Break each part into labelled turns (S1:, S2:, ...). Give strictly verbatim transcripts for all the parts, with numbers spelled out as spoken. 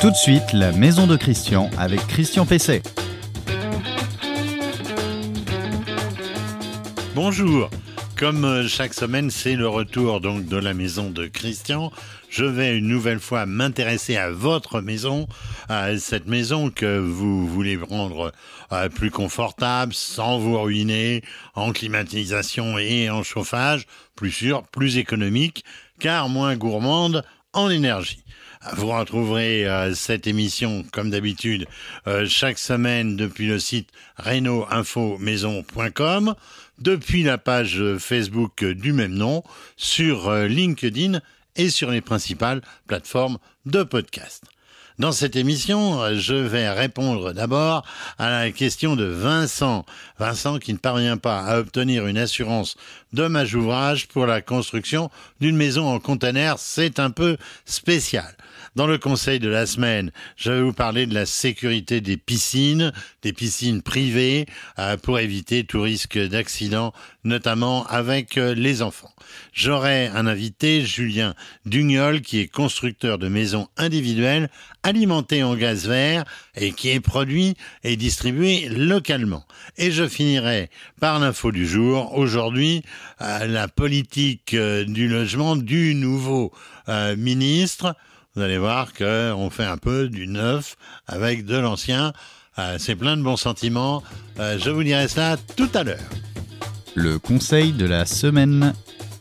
S1: Tout de suite, la maison de Christian avec Christian Pesset.
S2: Bonjour, comme chaque semaine, c'est le retour donc de la maison de Christian. Je vais une nouvelle fois m'intéresser à votre maison, à cette maison que vous voulez rendre euh, plus confortable, sans vous ruiner, en climatisation et en chauffage, plus sûr, plus économique, car moins gourmande en énergie. Vous retrouverez euh, cette émission, comme d'habitude, euh, chaque semaine depuis le site reno info maison point com, depuis la page Facebook du même nom, sur euh, LinkedIn et sur les principales plateformes de podcast. Dans cette émission, je vais répondre d'abord à la question de Vincent. Vincent qui ne parvient pas à obtenir une assurance dommage ouvrage pour la construction d'une maison en conteneur. C'est un peu spécial. Dans le conseil de la semaine, je vais vous parler de la sécurité des piscines, des piscines privées, euh, pour éviter tout risque d'accident, notamment avec euh, les enfants. J'aurai un invité, Julien Dugnol, qui est constructeur de maisons individuelles alimentées en gaz vert et qui est produit et distribué localement. Et je finirai par l'info du jour. Aujourd'hui, euh, la politique euh, du logement du nouveau euh, ministre. Vous allez voir qu'on fait un peu du neuf avec de l'ancien. Euh, c'est plein de bons sentiments. Euh, je vous dirai cela tout à l'heure.
S1: Le conseil de la semaine.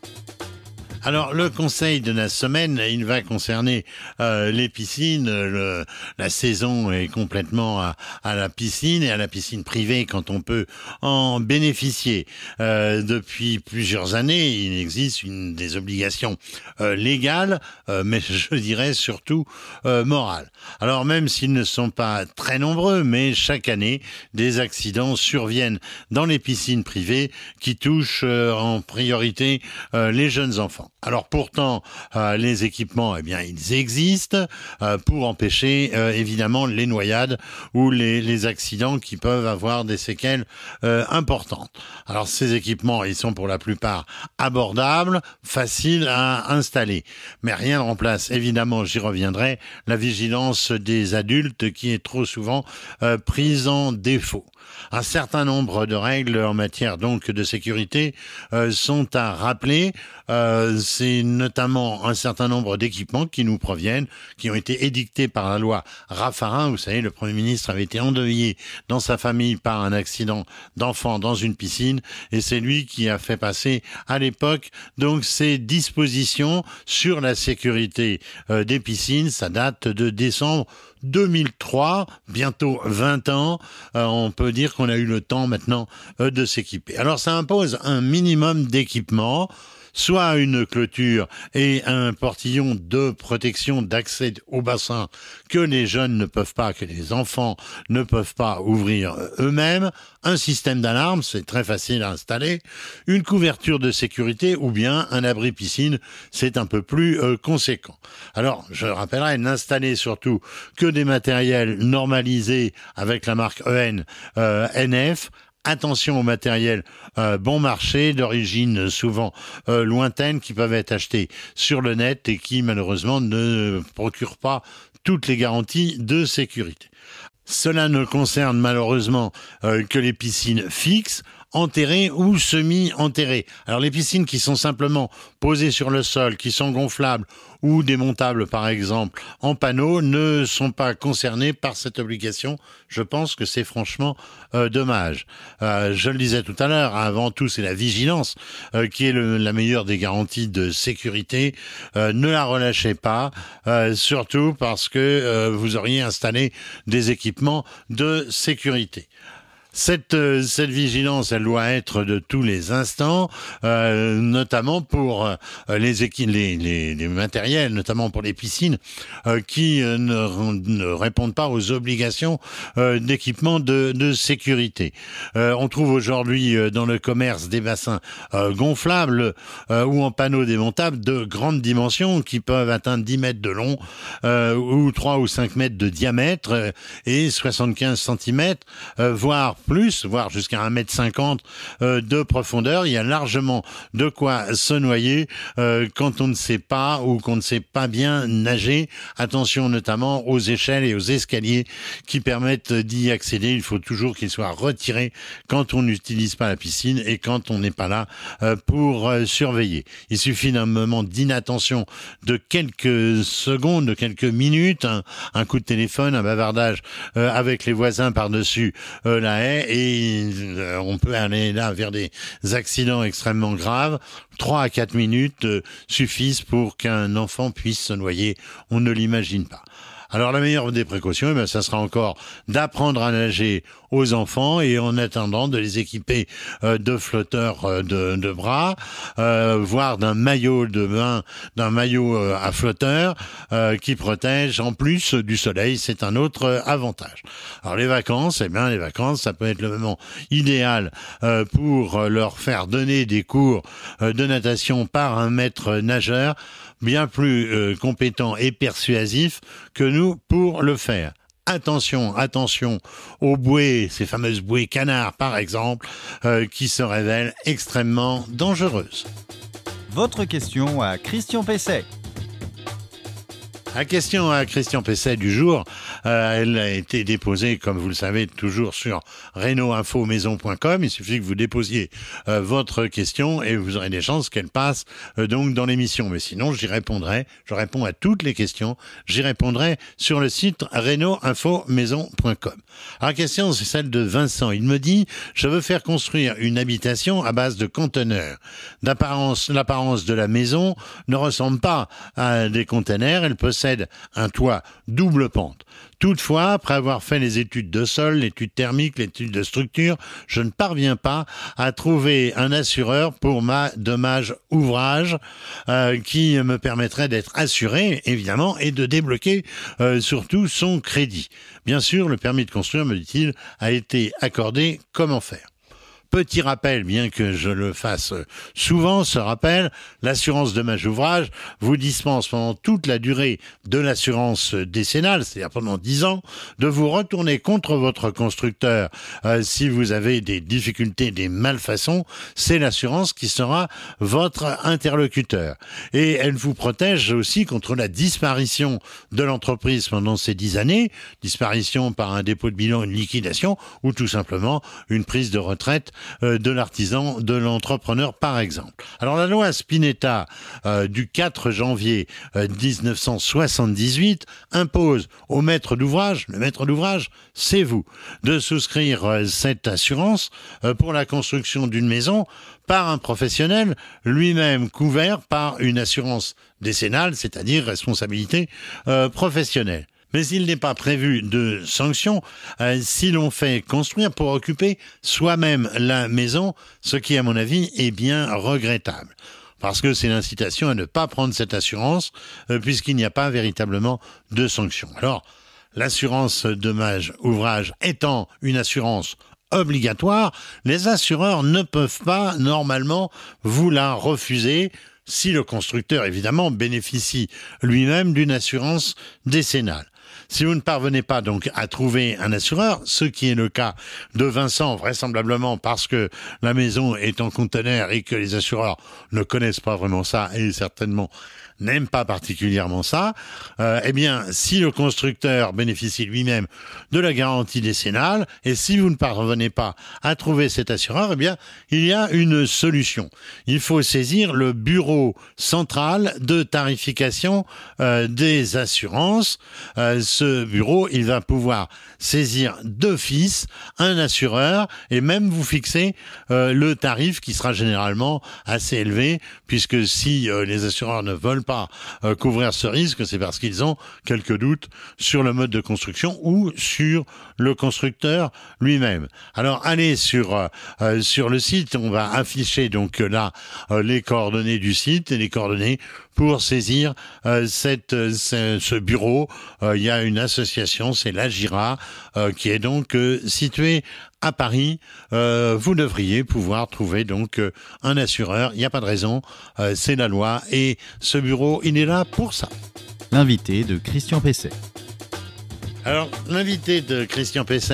S2: Alors, le conseil de la semaine, il va concerner euh, les piscines. Le, la saison est complètement à, à la piscine et à la piscine privée quand on peut en bénéficier. Euh, depuis plusieurs années, il existe une des obligations euh, légales, euh, mais je dirais surtout euh, morales. Alors, même s'ils ne sont pas très nombreux, mais chaque année, des accidents surviennent dans les piscines privées qui touchent euh, en priorité euh, les jeunes enfants. Alors pourtant, euh, les équipements, eh bien, ils existent euh, pour empêcher euh, évidemment les noyades ou les, les accidents qui peuvent avoir des séquelles euh, importantes. Alors ces équipements, ils sont pour la plupart abordables, faciles à installer, mais rien ne remplace évidemment, j'y reviendrai, la vigilance des adultes qui est trop souvent euh, prise en défaut. Un certain nombre de règles en matière donc de sécurité euh, sont à rappeler. Euh, c'est notamment un certain nombre d'équipements qui nous proviennent, qui ont été édictés par la loi Raffarin. Vous savez, le Premier ministre avait été endeuillé dans sa famille par un accident d'enfant dans une piscine et c'est lui qui a fait passer à l'époque donc ces dispositions sur la sécurité euh, des piscines. Ça date de décembre deux mille trois, bientôt vingt ans. Euh, on peut dire qu'on a eu le temps maintenant euh, de s'équiper. Alors ça impose un minimum d'équipement, soit une clôture et un portillon de protection d'accès au bassin que les jeunes ne peuvent pas, que les enfants ne peuvent pas ouvrir eux-mêmes, un système d'alarme, c'est très facile à installer, une couverture de sécurité ou bien un abri piscine, c'est un peu plus euh, conséquent. Alors, je rappellerai, n'installer surtout que des matériels normalisés avec la marque E N, euh, N F. Attention aux matériels euh, bon marché, d'origine souvent euh, lointaine, qui peuvent être achetés sur le net et qui malheureusement ne procurent pas toutes les garanties de sécurité. Cela ne concerne malheureusement euh, que les piscines fixes, enterrées ou semi-enterrées. Alors les piscines qui sont simplement posées sur le sol, qui sont gonflables ou démontables par exemple en panneau, ne sont pas concernées par cette obligation. Je pense que c'est franchement euh, dommage. Euh, je le disais tout à l'heure, avant tout c'est la vigilance euh, qui est le, la meilleure des garanties de sécurité. Euh, ne la relâchez pas, euh, surtout parce que euh, vous auriez installé des équipements de sécurité. Cette, euh, cette vigilance, elle doit être de tous les instants, euh, notamment pour euh, les, équi- les, les, les matériels, notamment pour les piscines, euh, qui euh, ne, ne répondent pas aux obligations euh, d'équipement de, de sécurité. Euh, on trouve aujourd'hui euh, dans le commerce des bassins euh, gonflables euh, ou en panneaux démontables de grandes dimensions qui peuvent atteindre dix mètres de long euh, ou trois ou cinq mètres de diamètre euh, et soixante-quinze centimètres, euh, voire plus, voire jusqu'à un mètre cinquante euh, de profondeur. Il y a largement de quoi se noyer euh, quand on ne sait pas ou qu'on ne sait pas bien nager. Attention notamment aux échelles et aux escaliers qui permettent d'y accéder. Il faut toujours qu'ils soient retirés quand on n'utilise pas la piscine et quand on n'est pas là euh, pour euh, surveiller. Il suffit d'un moment d'inattention de quelques secondes, de quelques minutes, un, un coup de téléphone, un bavardage euh, avec les voisins par-dessus euh, la haie et euh, on peut aller là vers des accidents extrêmement graves. Trois à quatre minutes euh, suffisent pour qu'un enfant puisse se noyer. On ne l'imagine pas. Alors la meilleure des précautions, eh bien, ça sera encore d'apprendre à nager aux enfants et en attendant de les équiper euh, de flotteurs euh, de, de bras, euh, voire d'un maillot de bain, d'un maillot euh, à flotteur euh, qui protège en plus du soleil. C'est un autre euh, avantage. Alors les vacances, eh bien les vacances, ça peut être le moment idéal euh, pour euh, leur faire donner des cours euh, de natation par un maître nageur bien plus euh, compétent et persuasif que nous pour le faire. Attention, attention aux bouées, ces fameuses bouées canards par exemple, euh, qui se révèlent extrêmement dangereuses.
S1: Votre question à Christian Pesset.
S2: La question à Christian Pesset du jour, euh, elle a été déposée, comme vous le savez, toujours sur reno info maison point com. Il suffit que vous déposiez euh, votre question et vous aurez des chances qu'elle passe euh, donc dans l'émission. Mais sinon, j'y répondrai. Je réponds à toutes les questions. J'y répondrai sur le site reno info maison point com. Alors, la question, c'est celle de Vincent. Il me dit, je veux faire construire une habitation à base de conteneurs. D'apparence, l'apparence de la maison ne ressemble pas à des conteneurs. Elle possède un toit double pente. Toutefois, après avoir fait les études de sol, l'étude thermique, l'étude de structure, je ne parviens pas à trouver un assureur pour ma dommage ouvrage euh, qui me permettrait d'être assuré, évidemment, et de débloquer euh, surtout son crédit. Bien sûr, le permis de construire, me dit-il, a été accordé. Comment faire ? Petit rappel, bien que je le fasse souvent, ce rappel, l'assurance dommage ouvrage vous dispense pendant toute la durée de l'assurance décennale, c'est-à-dire pendant dix ans, de vous retourner contre votre constructeur euh, si vous avez des difficultés, des malfaçons. C'est l'assurance qui sera votre interlocuteur. Et elle vous protège aussi contre la disparition de l'entreprise pendant ces dix années, disparition par un dépôt de bilan, une liquidation, ou tout simplement une prise de retraite de l'artisan, de l'entrepreneur par exemple. Alors la loi Spinetta euh, du quatre janvier euh, dix-neuf cent soixante-dix-huit impose au maître d'ouvrage, le maître d'ouvrage c'est vous, de souscrire euh, cette assurance euh, pour la construction d'une maison par un professionnel lui-même couvert par une assurance décennale, c'est-à-dire responsabilité euh, professionnelle. Mais il n'est pas prévu de sanction euh, si l'on fait construire pour occuper soi-même la maison, ce qui, à mon avis, est bien regrettable. Parce que c'est l'incitation à ne pas prendre cette assurance, euh, puisqu'il n'y a pas véritablement de sanction. Alors, l'assurance dommage ouvrage étant une assurance obligatoire, les assureurs ne peuvent pas, normalement, vous la refuser, si le constructeur, évidemment, bénéficie lui-même d'une assurance décennale. Si vous ne parvenez pas donc à trouver un assureur, ce qui est le cas de Vincent, vraisemblablement parce que la maison est en conteneur et que les assureurs ne connaissent pas vraiment ça et certainement n'aime pas particulièrement ça, euh, eh bien, si le constructeur bénéficie lui-même de la garantie décennale, et si vous ne parvenez pas à trouver cet assureur, eh bien, il y a une solution. Il faut saisir le bureau central de tarification euh, des assurances. Euh, ce bureau, il va pouvoir saisir d'office un assureur et même vous fixer euh, le tarif qui sera généralement assez élevé, puisque si euh, les assureurs ne veulent pas euh, couvrir ce risque, c'est parce qu'ils ont quelques doutes sur le mode de construction ou sur le constructeur lui-même. Alors allez sur euh, euh, sur le site, on va afficher donc là euh, les coordonnées du site et les coordonnées pour saisir euh, cette ce, ce bureau. Euh, il y a une association, c'est l'Agira, euh, qui est donc euh, située à Paris. Euh, vous devriez pouvoir trouver donc euh, un assureur. Il n'y a pas de raison, euh, c'est la loi et ce bureau, il est là pour ça.
S1: L'invité de Christian Pesset.
S2: Alors, l'invité de Christian Pesset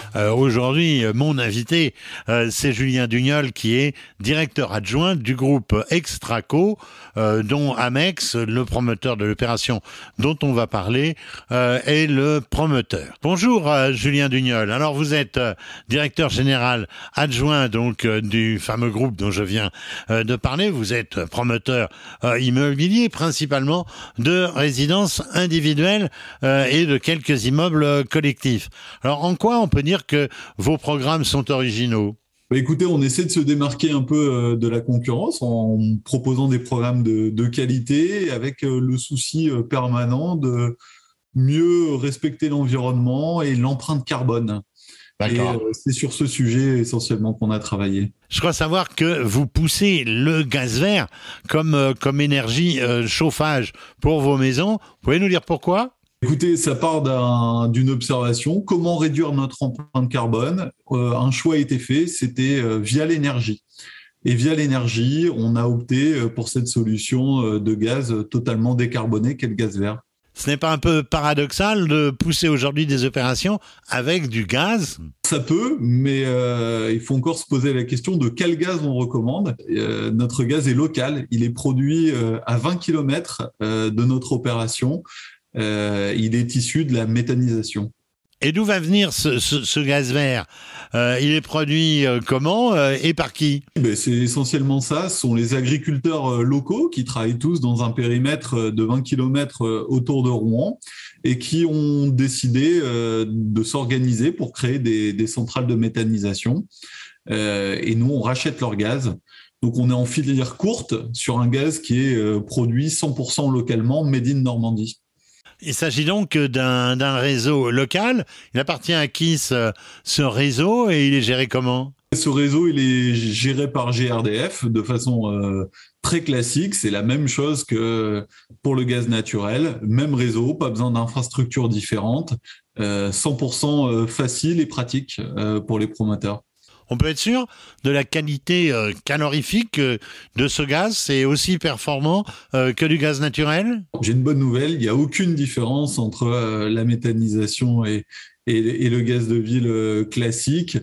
S2: Euh, aujourd'hui, mon invité, euh, c'est Julien Dugnol, qui est directeur adjoint du groupe Extraco, euh, dont Amex, le promoteur de l'opération dont on va parler, euh, est le promoteur. Bonjour euh, Julien Dugnol. Alors vous êtes euh, directeur général adjoint donc euh, du fameux groupe dont je viens euh, de parler. Vous êtes promoteur euh, immobilier, principalement de résidences individuelles euh, et de quelques immeubles euh, collectifs. Alors en quoi on peut dire que vos programmes sont originaux ?
S3: Bah écoutez, on essaie de se démarquer un peu de la concurrence en proposant des programmes de, de qualité avec le souci permanent de mieux respecter l'environnement et l'empreinte carbone. D'accord. Et c'est sur ce sujet essentiellement qu'on a travaillé.
S2: Je crois savoir que vous poussez le gaz vert comme, comme énergie euh, chauffage pour vos maisons. Vous pouvez nous dire pourquoi ?
S3: Écoutez, ça part d'un, d'une observation. Comment réduire notre empreinte carbone ? euh, Un choix a été fait, c'était euh, via l'énergie. Et via l'énergie, on a opté pour cette solution euh, de gaz totalement décarboné qu'est le gaz vert.
S2: Ce n'est pas un peu paradoxal de pousser aujourd'hui des opérations avec du gaz ?
S3: Ça peut, mais euh, il faut encore se poser la question de quel gaz on recommande. Euh, notre gaz est local, il est produit euh, à vingt kilomètres euh, de notre opération. Euh, il est issu de la méthanisation.
S2: Et d'où va venir ce, ce, ce gaz vert ? euh, Il est produit euh, comment euh, et par qui ?
S3: Ben, c'est essentiellement ça. Ce sont les agriculteurs euh, locaux qui travaillent tous dans un périmètre de vingt kilomètres euh, autour de Rouen et qui ont décidé euh, de s'organiser pour créer des, des centrales de méthanisation. Euh, et nous, on rachète leur gaz. Donc, on est en filière courte sur un gaz qui est euh, produit cent pour cent localement, made in Normandie.
S2: Il s'agit donc d'un, d'un réseau local. Il appartient à qui ce, ce réseau et il est géré comment ?
S3: Ce réseau, il est géré par G R D F de façon euh, très classique. C'est la même chose que pour le gaz naturel. Même réseau, pas besoin d'infrastructures différentes. Euh, cent pour cent facile et pratique euh, pour les promoteurs.
S2: On peut être sûr de la qualité euh, calorifique euh, de ce gaz, c'est aussi performant euh, que du gaz naturel ?
S3: J'ai une bonne nouvelle, il n'y a aucune différence entre euh, la méthanisation et, et, et le gaz de ville euh, classique.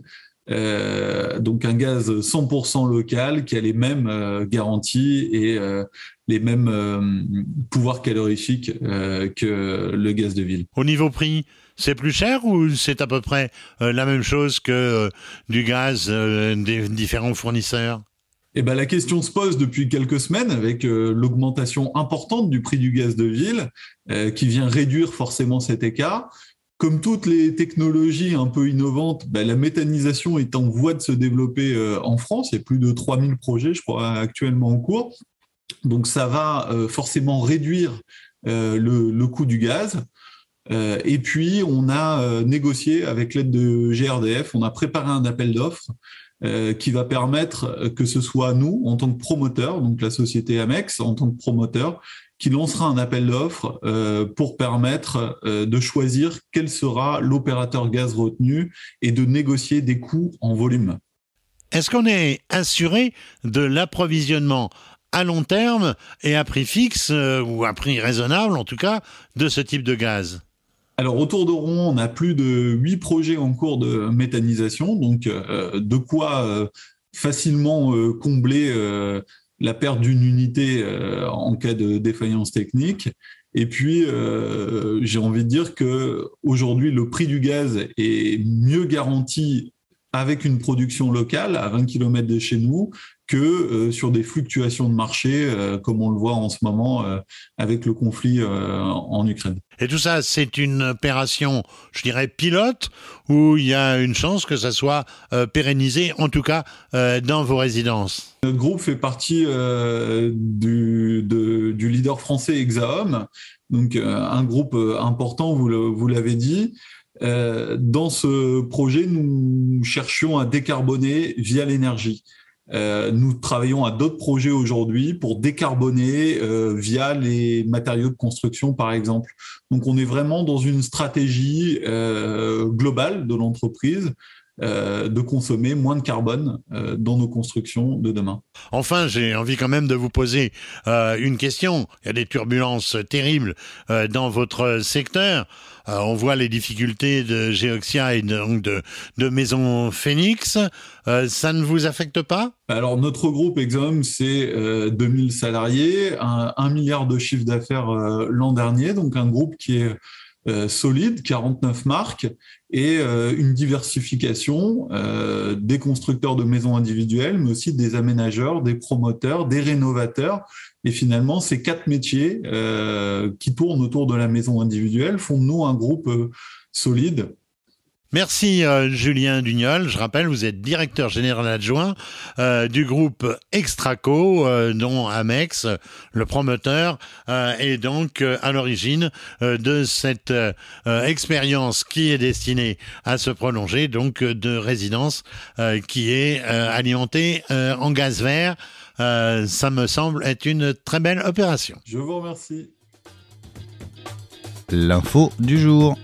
S3: Euh, donc un gaz cent pour cent local qui a les mêmes euh, garanties et euh, les mêmes euh, pouvoirs calorifiques euh, que le gaz de ville.
S2: Au niveau prix, c'est plus cher ou c'est à peu près euh, la même chose que euh, du gaz euh, des différents fournisseurs ?
S3: Eh ben, la question se pose depuis quelques semaines avec euh, l'augmentation importante du prix du gaz de ville euh, qui vient réduire forcément cet écart. Comme toutes les technologies un peu innovantes, ben, la méthanisation est en voie de se développer euh, en France. Il y a plus de trois mille projets, je crois, actuellement en cours. Donc ça va euh, forcément réduire euh, le, le coût du gaz. Euh, et puis, on a euh, négocié avec l'aide de G R D F, on a préparé un appel d'offres euh, qui va permettre que ce soit nous, en tant que promoteur, donc la société Amex, en tant que promoteur, qui lancera un appel d'offres euh, pour permettre euh, de choisir quel sera l'opérateur gaz retenu et de négocier des coûts en volume.
S2: Est-ce qu'on est assuré de l'approvisionnement à long terme et à prix fixe, euh, ou à prix raisonnable en tout cas, de ce type de gaz ?
S3: Alors, autour de Rouen, on a plus de huit projets en cours de méthanisation, donc euh, de quoi euh, facilement euh, combler euh, la perte d'une unité euh, en cas de défaillance technique. Et puis, euh, j'ai envie de dire qu'aujourd'hui, le prix du gaz est mieux garanti avec une production locale à vingt kilomètres de chez nous que euh, sur des fluctuations de marché, euh, comme on le voit en ce moment euh, avec le conflit euh, en Ukraine.
S2: Et tout ça, c'est une opération, je dirais, pilote, où il y a une chance que ça soit euh, pérennisé, en tout cas euh, dans vos résidences.
S3: Notre groupe fait partie euh, du, de, du leader français Hexaom, donc euh, un groupe important, vous, le, vous l'avez dit. Euh, dans ce projet, nous cherchions à décarboner via l'énergie. Euh, nous travaillons à d'autres projets aujourd'hui pour décarboner euh, via les matériaux de construction, par exemple. Donc, on est vraiment dans une stratégie euh, globale de l'entreprise euh, de consommer moins de carbone euh, dans nos constructions de demain.
S2: Enfin, j'ai envie quand même de vous poser euh, une question. Il y a des turbulences terribles euh, dans votre secteur. Euh, on voit les difficultés de Geoxia et donc de, de Maison Phoenix. Euh, ça ne vous affecte pas ?
S3: Alors, notre groupe Exom, c'est euh, deux mille salariés, un, un milliard de chiffre d'affaires euh, l'an dernier, donc un groupe qui est euh, solide, quarante-neuf marques, et euh, une diversification euh, des constructeurs de maisons individuelles, mais aussi des aménageurs, des promoteurs, des rénovateurs. Et finalement, ces quatre métiers euh, qui tournent autour de la maison individuelle font de nous un groupe euh, solide.
S2: Merci euh, Julien Dugnol. Je rappelle, vous êtes directeur général adjoint euh, du groupe Extraco, euh, dont Amex, le promoteur, euh, est donc euh, à l'origine euh, de cette euh, expérience qui est destinée à se prolonger, donc euh, de résidence euh, qui est euh, alimentée euh, en gaz vert. Euh, ça me semble être une très belle opération.
S3: Je vous remercie.
S1: L'info du jour.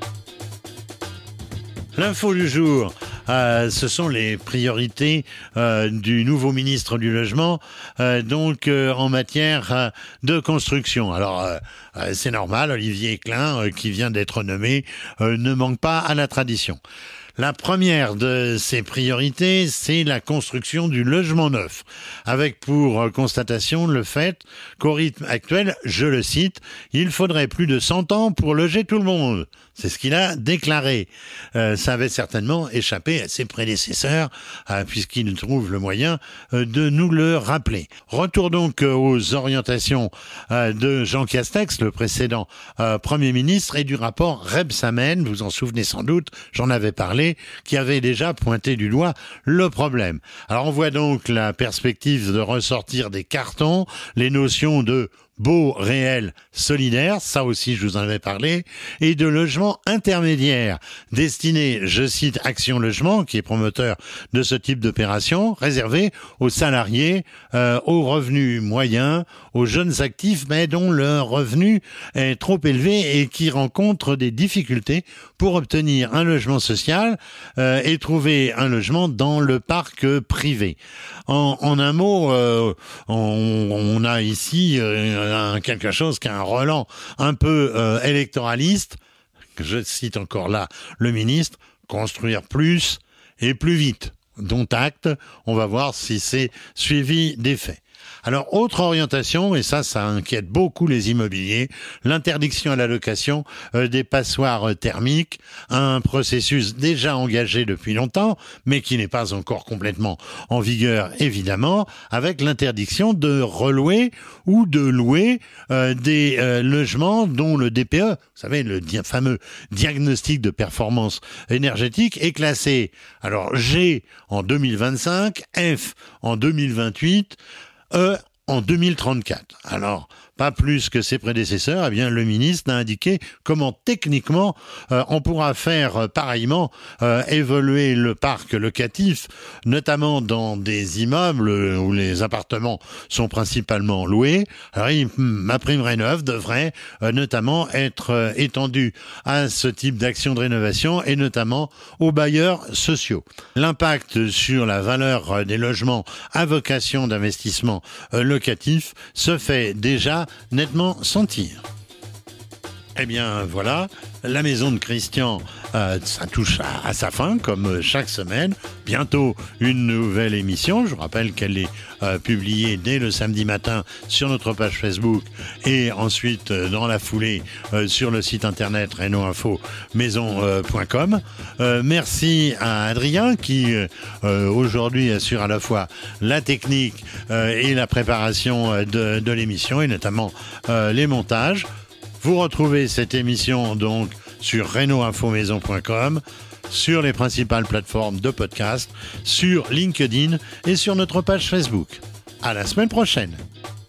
S2: L'info du jour, euh, ce sont les priorités euh, du nouveau ministre du Logement, euh, donc euh, en matière euh, de construction. Alors, euh, euh, c'est normal, Olivier Klein, euh, qui vient d'être nommé, euh, ne manque pas à la tradition. La première de ces priorités, c'est la construction du logement neuf, avec pour constatation le fait qu'au rythme actuel, je le cite, il faudrait plus de cent ans pour loger tout le monde. C'est ce qu'il a déclaré. Euh, ça avait certainement échappé à ses prédécesseurs, euh, puisqu'il trouve le moyen euh, de nous le rappeler. Retour donc euh, aux orientations euh, de Jean Castex, le précédent euh, Premier ministre, et du rapport Rebsamen, vous en souvenez sans doute, j'en avais parlé, qui avait déjà pointé du doigt le problème. Alors on voit donc la perspective de ressortir des cartons, les notions de beau, réel, solidaire, ça aussi je vous en avais parlé, et de logement intermédiaire, destiné, je cite Action Logement, qui est promoteur de ce type d'opération, réservé aux salariés, euh, aux revenus moyens, aux jeunes actifs, mais dont le revenu est trop élevé et qui rencontrent des difficultés pour obtenir un logement social euh, et trouver un logement dans le parc privé. En, en un mot, euh, on, on a ici euh, un, quelque chose qui a un relent un peu euh, électoraliste. Je cite encore là le ministre, construire plus et plus vite. Dont acte, on va voir si c'est suivi des faits. Alors, autre orientation, et ça, ça inquiète beaucoup les immobiliers, l'interdiction à la location euh, des passoires thermiques, un processus déjà engagé depuis longtemps, mais qui n'est pas encore complètement en vigueur, évidemment, avec l'interdiction de relouer ou de louer euh, des euh, logements dont le D P E, vous savez, le di- fameux diagnostic de performance énergétique, est classé, alors G en deux mille vingt-cinq, F en deux mille vingt-huit, E en deux mille trente-quatre. Alors, pas plus que ses prédécesseurs, eh bien, le ministre a indiqué comment techniquement euh, on pourra faire euh, pareillement euh, évoluer le parc locatif, notamment dans des immeubles où les appartements sont principalement loués. Alors, il, ma prime rénov devrait euh, notamment être euh, étendue à ce type d'action de rénovation et notamment aux bailleurs sociaux. L'impact sur la valeur euh, des logements à vocation d'investissement euh, locatif se fait déjà nettement sentir. Eh bien voilà, la maison de Christian, euh, ça touche à, à sa fin, comme chaque semaine. Bientôt une nouvelle émission. Je vous rappelle qu'elle est euh, publiée dès le samedi matin sur notre page Facebook et ensuite euh, dans la foulée euh, sur le site internet reno info maison point com. Euh, merci à Adrien qui euh, aujourd'hui assure à la fois la technique euh, et la préparation euh, de, de l'émission et notamment euh, les montages. Vous retrouvez cette émission donc sur reno info maison point com, sur les principales plateformes de podcast, sur LinkedIn et sur notre page Facebook. À la semaine prochaine.